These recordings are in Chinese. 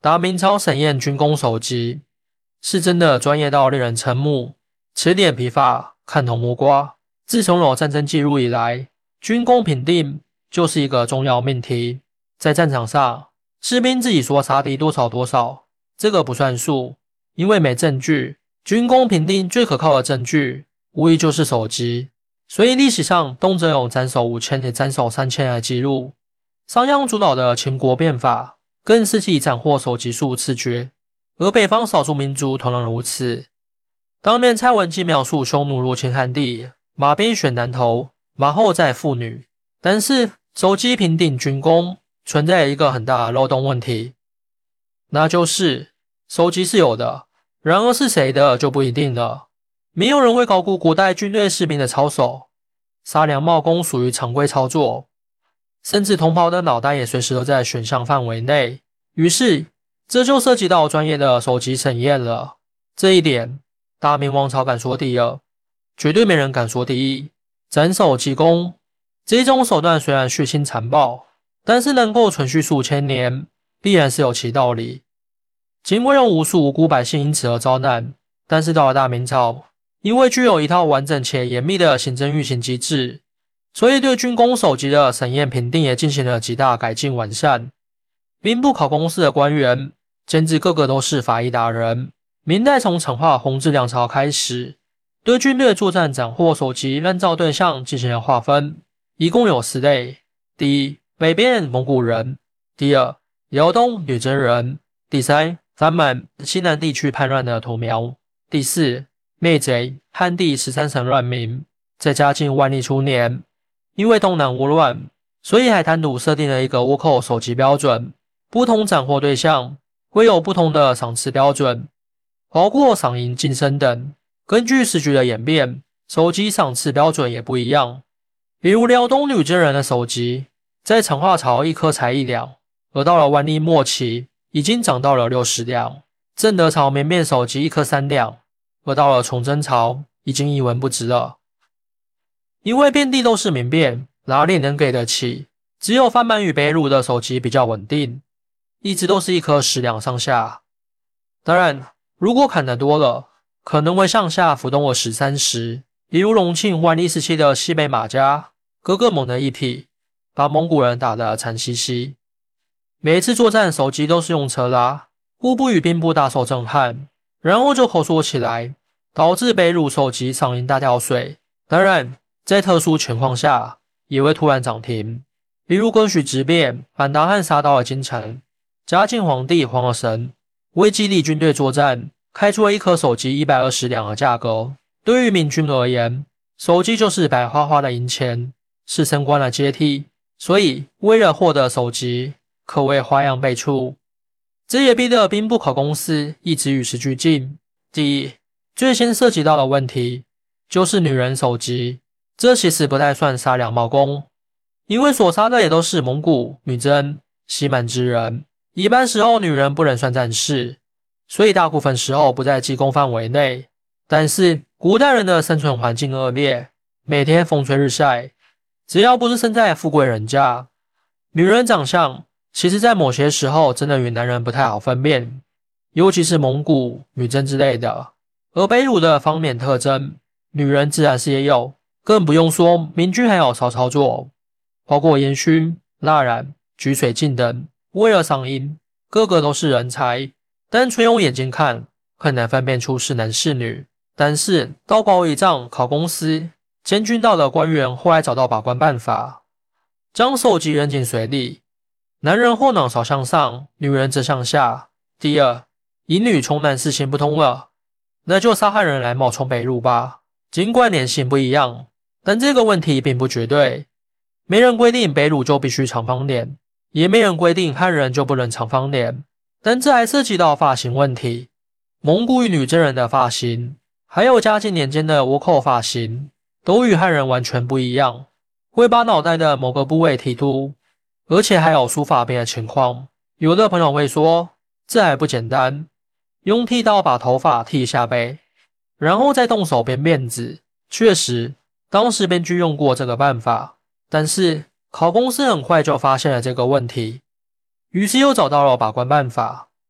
大明朝审验军功首级，是真的专业到令人瞠目，此点疲乏，看透木瓜。自从有战争记录以来，军功评定就是一个重要命题。在战场上，士兵自己说杀敌多少，这个不算数，因为没证据。军功评定最可靠的证据，无疑就是首级。所以历史上动辄有斩首5000也斩首3000的记录。商鞅主导的秦国变法更是以斩获首级数次绝，而北方少数民族同样如此。当面蔡文姬描述匈奴入侵汉地，马边选南头，马后载妇女，但是首级评定军功存在一个很大的漏洞问题，那就是首级是有的，然而是谁的就不一定了。没有人会高估古代军队士兵的操守，杀良冒功属于常规操作，甚至同袍的脑袋也随时都在选项范围内。于是这就涉及到专业的首级审验了。这一点大明王朝敢说第二，绝对没人敢说第一。斩首记功这种手段虽然血腥残暴，但是能够存续数千年，必然是有其道理。尽管有无数无辜百姓因此而遭难，但是到了大明朝，因为具有一套完整且严密的行政运行机制，所以对军功首级的审验评定也进行了极大改进完善。兵部考功司的官员简直个个都是法医达人。明代从成化、弘治两朝开始，对军队作战斩获首级按照对象进行了划分，一共有4类。第一，北边蒙古人；第二，辽东女真人；第三，咱们西南地区叛乱的土苗；第四，内贼，汉地13省乱民。在嘉靖万历初年，因为东南倭乱，所以还单独设定了一个倭寇首级标准，不同斩获对象会有不同的赏赐标准，包括赏银、晋升等。根据时局的演变，首级赏赐标准也不一样。比如辽东女真人的首级，在成化朝一颗才1两，而到了万历末期，已经涨到了60两。正德朝绵面首级一颗3两，而到了崇祯朝，已经一文不值了。因为遍地都是民变，哪里能给得起？只有藩满与北虏的首级比较稳定，一直都是一颗10两上下。当然，如果砍得多了，可能会上下浮动20、30。比如隆庆万历时期的西北马家，个个猛的一匹，把蒙古人打得惨兮兮。每一次作战，首级都是用车拉，户部与兵部大受震撼，然后就口说起来，导致北虏首级赏银大跳水。当然，在特殊情况下，也会突然涨停。比如光绪之变，反达汉杀到了京城，嘉靖皇帝慌了神，为激励军队作战，开出了一颗首级120两的价格。对于明军而言，首级就是白花花的银钱，是升官的阶梯，所以为了获得首级，可谓花样辈出。这也逼得兵部考功司一直与时俱进。第一，最先涉及到的问题就是女人首级，这其实不太算杀良冒功，因为所杀的也都是蒙古、女真、西蛮之人，一般时候女人不能算战士，所以大部分时候不在记功范围内。但是古代人的生存环境恶劣，每天风吹日晒，只要不是生在富贵人家，女人长相其实在某些时候真的与男人不太好分辨，尤其是蒙古、女真之类的。而北虏的方面特征，女人自然是也有，更不用说明军还有骚操作，包括烟熏、蜡染、举水镜等，为了赏银，个个都是人才，单纯用眼睛看很难分辨出是男是女。但是刀光一丈，考功司监军道的官员后来找到把关办法，将首级扔进水里，男人后脑勺向上，女人则向下。第二，以女充男是行不通了，那就杀汉人来冒充北虏吧。尽管年型不一样，但这个问题并不绝对，没人规定北虏就必须长方脸，也没人规定汉人就不能长方脸。但这还涉及到发型问题，蒙古与女真人的发型还有嘉靖年间的倭寇发型都与汉人完全不一样，会把脑袋的某个部位剃秃，而且还有梳发辫的情况。有的朋友会说，这还不简单，用剃刀把头发剃下背，然后再动手编辫子。确实，当时编剧用过这个办法，但是考功司很快就发现了这个问题，于是又找到了把关办法，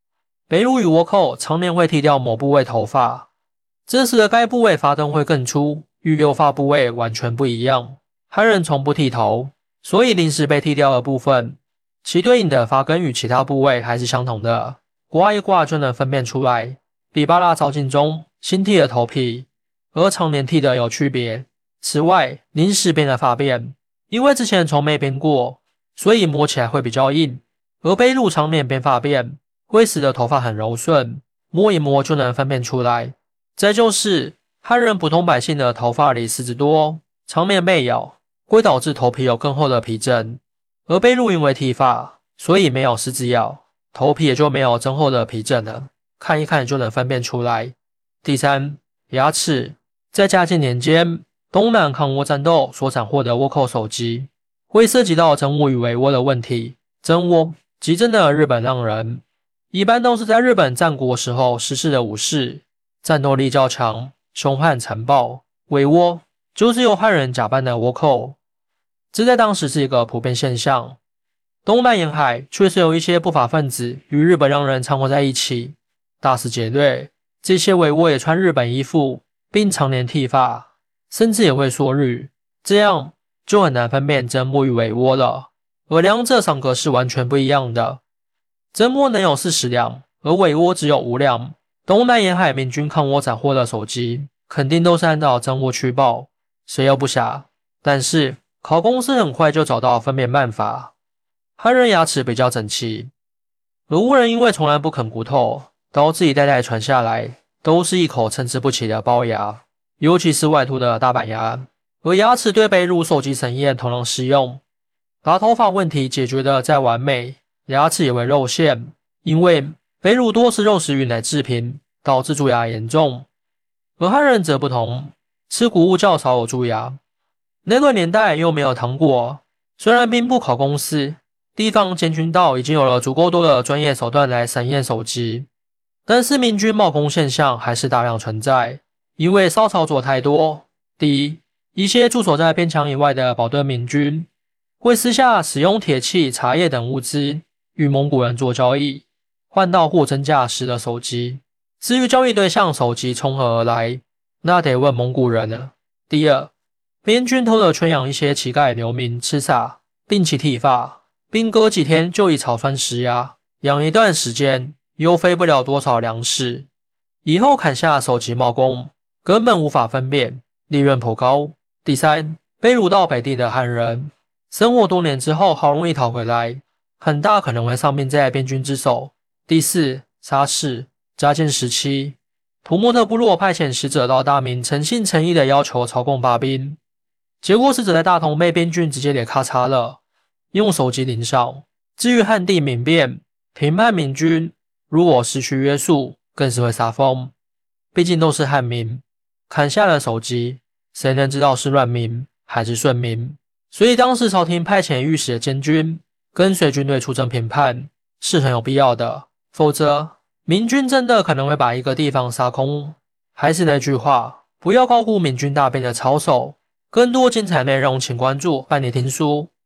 北虏与倭寇常年会剃掉某部位头发，这使得该部位发灯会更粗，与留发部位完全不一样。汉人从不剃头，所以临时被剃掉的部分，其对应的发根与其他部位还是相同的，刮一刮就能分辨出来，比巴拉照镜中新剃的头皮和常年剃的有区别。此外，临时编的发辫，因为之前从没编过，所以摸起来会比较硬，而北虏常年编发辫会使得头发很柔顺，摸一摸就能分辨出来。再就是汉人普通百姓的头发里虱子多，常年被咬，会导致头皮有更厚的皮疹，而北虏因为剃发，所以没有虱子咬，头皮也就没有增厚的皮疹了，看一看就能分辨出来。第三，牙齿。在嘉靖年间，东南抗倭战斗所斩获的倭寇首级，会涉及到真倭与伪倭的问题。真倭即真的日本浪人，一般都是在日本战国时候实施的武士，战斗力较强，凶悍残暴。伪倭就是由汉人假扮的倭寇，这在当时是一个普遍现象。东南沿海确实有一些不法分子与日本浪人掺和在一起，大肆劫掠。这些伪倭也穿日本衣服，并常年剃发，甚至也会说日，这样就很难分辨真倭与伪倭了。而两者赏格是完全不一样的，真倭能有40两，而伪倭只有5两。东南沿海明军抗倭斩获的首级，肯定都是按照真倭去报，谁又不暇？但是考公司很快就找到分辨办法。汉人牙齿比较整齐，而倭人因为从来不啃骨头，导致一代代传下来，都是一口参差不齐的龅牙，尤其是外凸的大板牙。而牙齿对北虏首级审验同样适用，把头发问题解决的再完美，牙齿也会露馅，因为北虏多吃肉食与奶制品，导致蛀牙严重。而汉人则不同，吃谷物较少有蛀牙。那个年代又没有糖果，虽然兵部考公司、地方监军道已经有了足够多的专业手段来审验首级，但是明军冒功现象还是大量存在，因为骚操作太多。第一，一些驻守在边墙以外的保敦明军会私下使用铁器、茶叶等物资与蒙古人做交易，换到货真价实的首级。至于交易对象首级从何而来，那得问蒙古人了。第二，边军偷偷圈养一些乞丐流民吃撒，并其剃发，并隔几天就以草酸施压，养一段时间又费不了多少粮食，以后砍下首级冒功，根本无法分辨，利润颇高。第三，被掳到北地的汉人，生活多年之后好容易逃回来，很大可能会丧命在边军之手。第四，沙士。嘉靖时期，土默特部落派遣使者到大明，诚心诚意的要求朝贡罢兵，结果使者在大同被边军直接给咔嚓了，用首级领赏。至于汉地民变，评判明军如果失去约束，更是会杀疯。毕竟都是汉民，砍下了首级，谁能知道是乱民还是顺民？所以当时朝廷派遣御史的监军跟随军队出征平叛是很有必要的，否则明军真的可能会把一个地方杀空。还是那句话，不要高估明军大兵的操守。更多精彩内容请关注伴你听书。